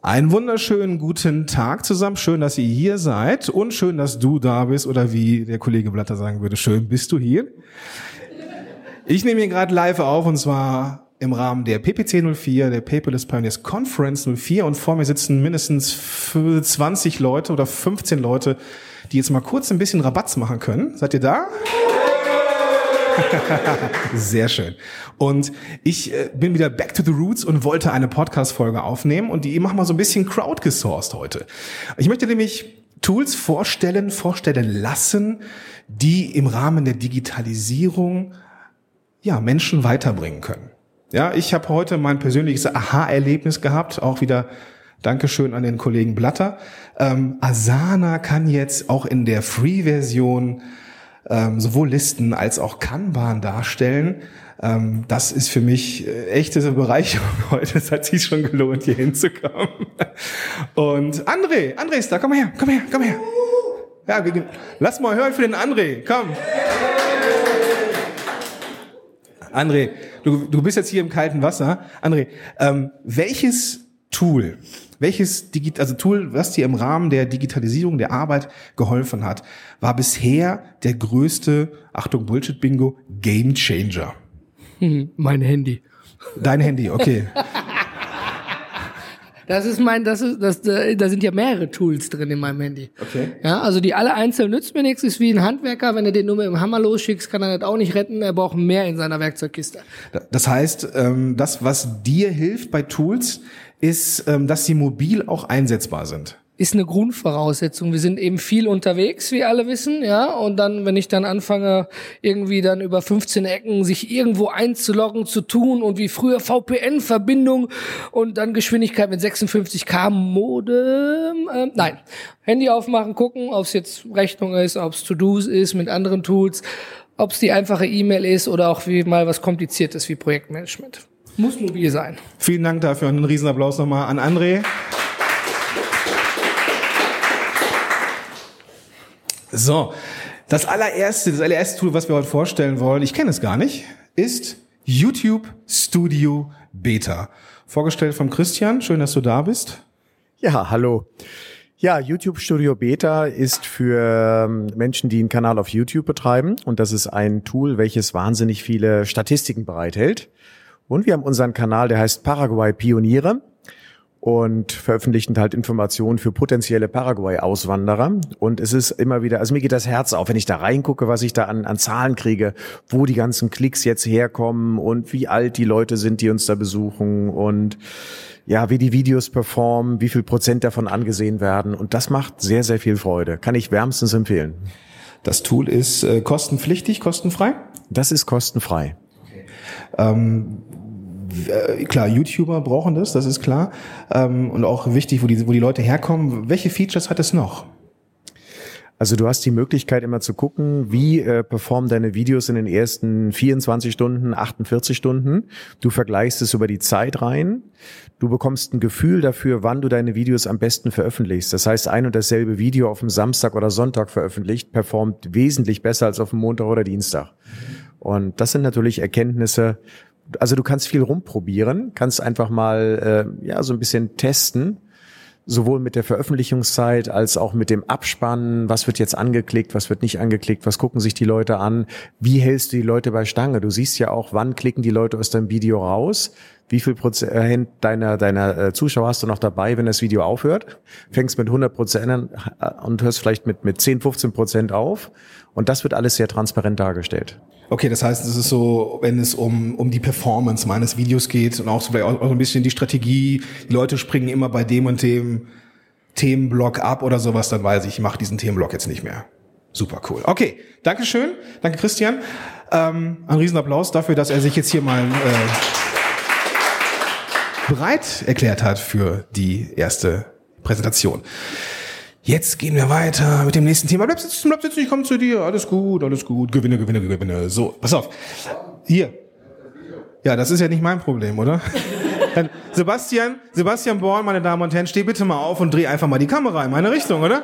Einen wunderschönen guten Tag zusammen. Schön, dass ihr hier seid und schön, dass du da bist oder wie der Kollege Blatter sagen würde, schön bist du hier. Ich nehme hier gerade live auf und zwar im Rahmen der PPC 04, der Paperless Pioneers Conference 04 und vor mir sitzen mindestens 20 Leute oder 15 Leute, die jetzt mal kurz ein bisschen Rabatz machen können. Seid ihr da? Sehr schön. Und ich bin wieder back to the roots und wollte eine Podcast-Folge aufnehmen und die machen wir so ein bisschen crowdgesourced heute. Ich möchte nämlich Tools vorstellen lassen, die im Rahmen der Digitalisierung Menschen weiterbringen können. Ja, ich habe heute mein persönliches Aha-Erlebnis gehabt, auch wieder Dankeschön an den Kollegen Blatter. Asana kann jetzt auch in der Free-Version sowohl Listen als auch Kanban darstellen. Das ist für mich echte Bereicherung heute. Es hat sich schon gelohnt, hier hinzukommen. Und André ist da. Komm her. Ja, lass mal hören für den André. Komm. André, du bist jetzt hier im kalten Wasser. André, welches Tool, was dir im Rahmen der Digitalisierung der Arbeit geholfen hat, war bisher der größte, Achtung, Bullshit-Bingo, Game-Changer? Mein Handy. Dein Handy, okay. Da sind ja mehrere Tools drin in meinem Handy. Okay. Ja, also die alle einzeln nützt mir nichts, ist wie ein Handwerker, wenn du den nur mit dem Hammer losschickst, kann er das auch nicht retten, er braucht mehr in seiner Werkzeugkiste. Das heißt, das, was dir hilft bei Tools, ist, dass sie mobil auch einsetzbar sind. Ist eine Grundvoraussetzung. Wir sind eben viel unterwegs, wie alle wissen, ja. Und dann, wenn ich dann anfange, irgendwie dann über 15 Ecken sich irgendwo einzuloggen, zu tun und wie früher VPN-Verbindung und dann Geschwindigkeit mit 56 km Modem. Nein, Handy aufmachen, gucken, ob es jetzt Rechnung ist, ob es To-Dos ist mit anderen Tools, ob es die einfache E-Mail ist oder auch wie mal was Kompliziertes wie Projektmanagement. Muss mobil sein. Vielen Dank dafür und einen Riesenapplaus nochmal an André. So, das allererste Tool, was wir heute vorstellen wollen, ich kenne es gar nicht, ist YouTube Studio Beta. Vorgestellt vom Christian, schön, dass du da bist. Ja, hallo. Ja, YouTube Studio Beta ist für Menschen, die einen Kanal auf YouTube betreiben und das ist ein Tool, welches wahnsinnig viele Statistiken bereithält. Und wir haben unseren Kanal, der heißt Paraguay Pioniere und veröffentlichen halt Informationen für potenzielle Paraguay-Auswanderer. Und es ist immer wieder, also mir geht das Herz auf, wenn ich da reingucke, was ich da an Zahlen kriege, wo die ganzen Klicks jetzt herkommen und wie alt die Leute sind, die uns da besuchen und ja, wie die Videos performen, wie viel Prozent davon angesehen werden. Und das macht sehr, sehr viel Freude. Kann ich wärmstens empfehlen. Das Tool ist kostenpflichtig, kostenfrei? Das ist kostenfrei. Okay. Klar, YouTuber brauchen das ist klar. Und auch wichtig, wo die Leute herkommen. Welche Features hat es noch? Also du hast die Möglichkeit immer zu gucken, wie performen deine Videos in den ersten 24 Stunden, 48 Stunden. Du vergleichst es über die Zeit rein. Du bekommst ein Gefühl dafür, wann du deine Videos am besten veröffentlichst. Das heißt, ein und dasselbe Video auf dem Samstag oder Sonntag veröffentlicht, performt wesentlich besser als auf dem Montag oder Dienstag. Und das sind natürlich Erkenntnisse. Also du kannst viel rumprobieren, kannst einfach mal so ein bisschen testen, sowohl mit der Veröffentlichungszeit als auch mit dem Abspannen. Was wird jetzt angeklickt, was wird nicht angeklickt, was gucken sich die Leute an, wie hältst du die Leute bei Stange? Du siehst ja auch, wann klicken die Leute aus deinem Video raus, wie viel Prozent deiner Zuschauer hast du noch dabei, wenn das Video aufhört. Fängst mit 100% an und hörst vielleicht mit 10-15% auf. Und das wird alles sehr transparent dargestellt. Okay, das heißt, es ist so, wenn es um die Performance meines Videos geht und auch so vielleicht auch ein bisschen die Strategie, die Leute springen immer bei dem und dem Themenblock ab oder sowas, dann weiß ich mache diesen Themenblock jetzt nicht mehr. Super cool. Okay, Dankeschön. Danke Christian. Ein Riesenapplaus dafür, dass er sich jetzt hier mal bereit erklärt hat für die erste Präsentation. Jetzt gehen wir weiter mit dem nächsten Thema. Bleib sitzen, ich komme zu dir. Alles gut. Gewinne. So, pass auf. Hier. Ja, das ist ja nicht mein Problem, oder? Dann Sebastian Born, meine Damen und Herren, steh bitte mal auf und dreh einfach mal die Kamera in meine Richtung, oder?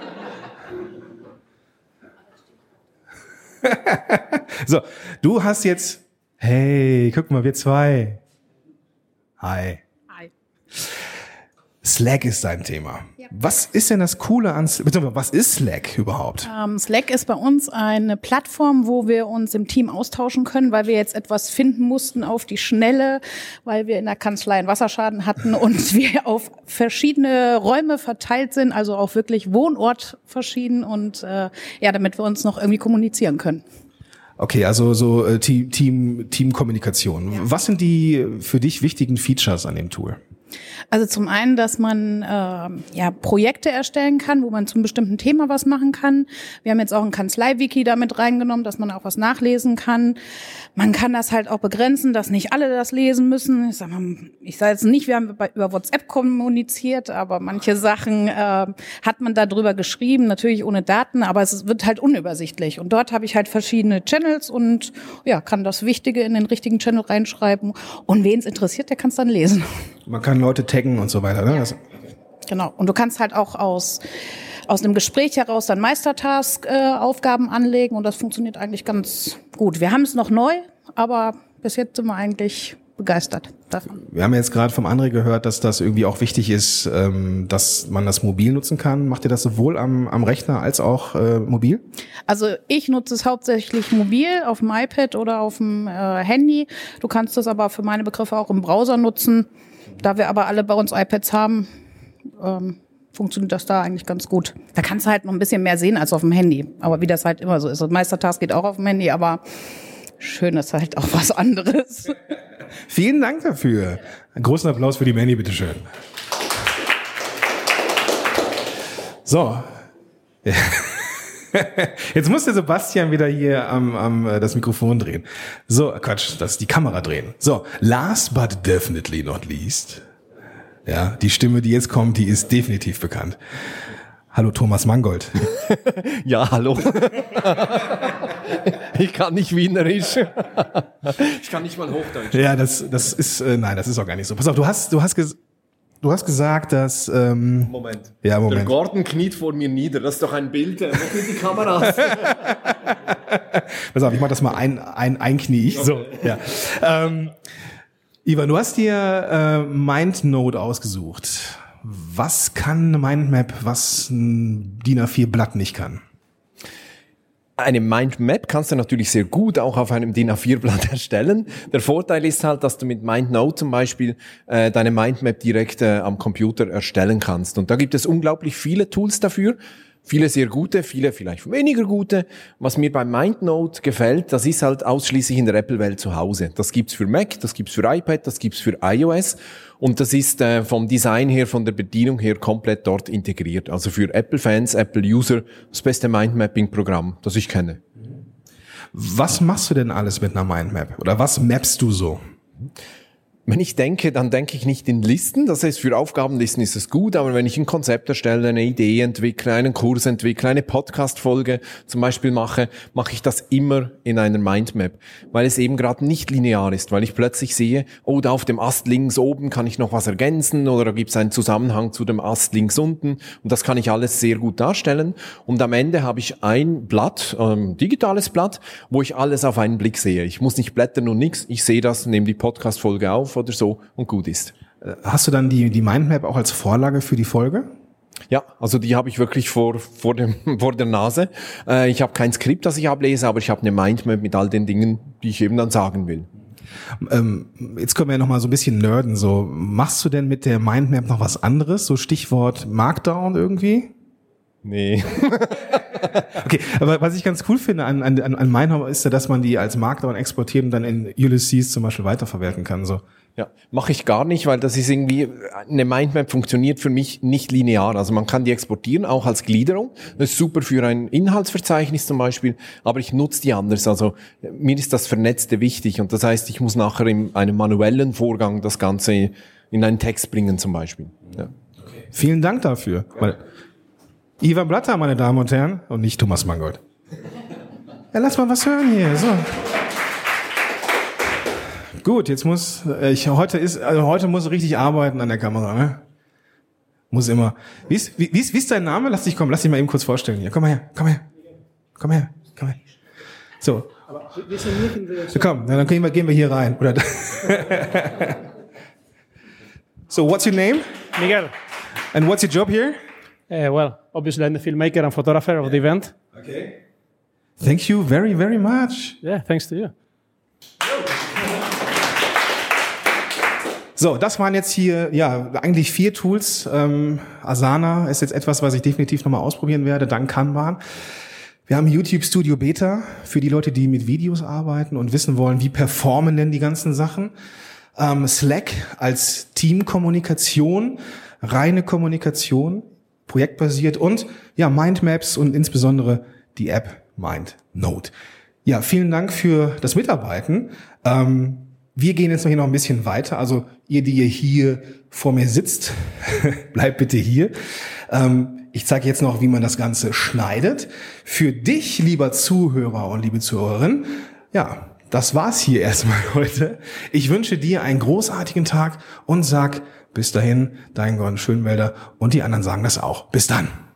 So, du hast jetzt, hey, guck mal, wir zwei. Hi. Slack ist dein Thema. Ja. Was ist denn das Coole an Slack? Was ist Slack überhaupt? Slack ist bei uns eine Plattform, wo wir uns im Team austauschen können, weil wir jetzt etwas finden mussten auf die Schnelle, weil wir in der Kanzlei einen Wasserschaden hatten und wir auf verschiedene Räume verteilt sind, also auch wirklich Wohnort verschieden und damit wir uns noch irgendwie kommunizieren können. Okay, also so Teamkommunikation. Ja. Was sind die für dich wichtigen Features an dem Tool? Also zum einen, dass man Projekte erstellen kann, wo man zu einem bestimmten Thema was machen kann. Wir haben jetzt auch ein Kanzlei-Wiki damit reingenommen, dass man auch was nachlesen kann. Man kann das halt auch begrenzen, dass nicht alle das lesen müssen. Ich sage jetzt nicht, wir haben über WhatsApp kommuniziert, aber manche Sachen hat man da drüber geschrieben, natürlich ohne Daten, aber es wird halt unübersichtlich. Und dort habe ich halt verschiedene Channels und kann das Wichtige in den richtigen Channel reinschreiben. Und wen es interessiert, der kann es dann lesen. Man kann Leute taggen und so weiter, ne? Ja. Genau. Und du kannst halt auch aus einem Gespräch heraus dann Meistertask-Aufgaben anlegen und das funktioniert eigentlich ganz gut. Wir haben es noch neu, aber bis jetzt sind wir eigentlich begeistert davon. Wir haben jetzt gerade vom André gehört, dass das irgendwie auch wichtig ist, dass man das mobil nutzen kann. Macht ihr das sowohl am Rechner als auch mobil? Also ich nutze es hauptsächlich mobil auf dem iPad oder auf dem Handy. Du kannst es aber für meine Begriffe auch im Browser nutzen. Da wir aber alle bei uns iPads haben, funktioniert das da eigentlich ganz gut. Da kannst du halt noch ein bisschen mehr sehen als auf dem Handy. Aber wie das halt immer so ist. Das Meistertask geht auch auf dem Handy, aber schön ist halt auch was anderes. Vielen Dank dafür. Einen großen Applaus für die Manny, bitteschön. So. Jetzt muss der Sebastian wieder hier das Mikrofon drehen. So, Quatsch, die Kamera drehen. So, last but definitely not least. Ja, die Stimme, die jetzt kommt, die ist definitiv bekannt. Hallo Thomas Mangold. Ja, hallo. Ich kann nicht Wienerisch. Ich kann nicht mal Hochdeutsch. Ja, das ist auch gar nicht so. Pass auf, du hast gesagt, dass Moment. Ja, Moment. Der Gordon kniet vor mir nieder. Das ist doch ein Bild. Wo sind die Kameras? Pass auf, ich mach das mal ein Knie. Okay. So, ja. Ivan, du hast dir MindNote ausgesucht. Was kann eine Mindmap, was ein DIN A4-Blatt nicht kann? Eine Mindmap kannst du natürlich sehr gut auch auf einem DIN A4-Blatt erstellen. Der Vorteil ist halt, dass du mit MindNote zum Beispiel deine Mindmap direkt am Computer erstellen kannst. Und da gibt es unglaublich viele Tools dafür. Viele sehr gute, viele vielleicht weniger gute. Was mir bei MindNote gefällt, das ist halt ausschließlich in der Apple-Welt zu Hause. Das gibt's für Mac, das gibt's für iPad, das gibt's für iOS. Und das ist vom Design her, von der Bedienung her komplett dort integriert. Also für Apple-Fans, Apple-User das beste Mindmapping-Programm, das ich kenne. Was machst du denn alles mit einer Mindmap? Oder was mappst du so? Wenn ich denke, dann denke ich nicht in Listen. Das heißt, für Aufgabenlisten ist es gut, aber wenn ich ein Konzept erstelle, eine Idee entwickle, einen Kurs entwickle, eine Podcast-Folge zum Beispiel mache ich das immer in einer Mindmap, weil es eben gerade nicht linear ist, weil ich plötzlich sehe, oh, da auf dem Ast links oben kann ich noch was ergänzen oder da gibt es einen Zusammenhang zu dem Ast links unten und das kann ich alles sehr gut darstellen und am Ende habe ich ein Blatt, digitales Blatt, wo ich alles auf einen Blick sehe. Ich muss nicht blättern und nichts, ich sehe das, nehme die Podcast-Folge auf oder so und gut ist. Hast du dann die Mindmap auch als Vorlage für die Folge? Ja, also die habe ich wirklich vor der Nase. Ich habe kein Skript, das ich ablese, aber ich habe eine Mindmap mit all den Dingen, die ich eben dann sagen will. Jetzt können wir ja noch mal so ein bisschen nerden. So, machst du denn mit der Mindmap noch was anderes? So Stichwort Markdown irgendwie? Nee. Okay, aber was ich ganz cool finde an MindMap ist ja, dass man die als Markdown exportiert und dann in Ulysses zum Beispiel weiterverwerten kann. So. Ja, mache ich gar nicht, weil das ist irgendwie, eine Mindmap funktioniert für mich nicht linear. Also man kann die exportieren, auch als Gliederung. Das ist super für ein Inhaltsverzeichnis zum Beispiel, aber ich nutze die anders. Also mir ist das Vernetzte wichtig und das heißt, ich muss nachher in einem manuellen Vorgang das Ganze in einen Text bringen zum Beispiel. Ja. Okay. Vielen Dank dafür. Ja. Ivan Blatter, meine Damen und Herren, und nicht Thomas Mangold. Ja, lass mal was hören hier. So. Gut, jetzt muss heute muss richtig arbeiten an der Kamera, ne? Muss immer. Wie ist dein Name? Lass dich mal eben kurz vorstellen hier. Komm her. So. Aber wir sind nicht in der Komm, dann gehen wir hier rein. Oder so, what's your name? Miguel. And what's your job here? Well, obviously I'm the filmmaker and photographer of the event. Okay. Thank you very, very much. Yeah, thanks to you. So, das waren jetzt hier, ja, eigentlich 4 Tools. Asana ist jetzt etwas, was ich definitiv nochmal ausprobieren werde, dann Kanban. Wir haben YouTube Studio Beta für die Leute, die mit Videos arbeiten und wissen wollen, wie performen denn die ganzen Sachen. Slack als Teamkommunikation, reine Kommunikation, projektbasiert und ja, Mindmaps und insbesondere die App MindNote. Ja, vielen Dank für das Mitarbeiten. Wir gehen jetzt noch hier noch ein bisschen weiter. Also ihr, die ihr hier vor mir sitzt, bleibt bitte hier. Ich zeige jetzt noch, wie man das Ganze schneidet. Für dich, lieber Zuhörer und liebe Zuhörerin, ja, das war's hier erstmal heute. Ich wünsche dir einen großartigen Tag und sag bis dahin, dein Gordon Schönwelder, und die anderen sagen das auch. Bis dann.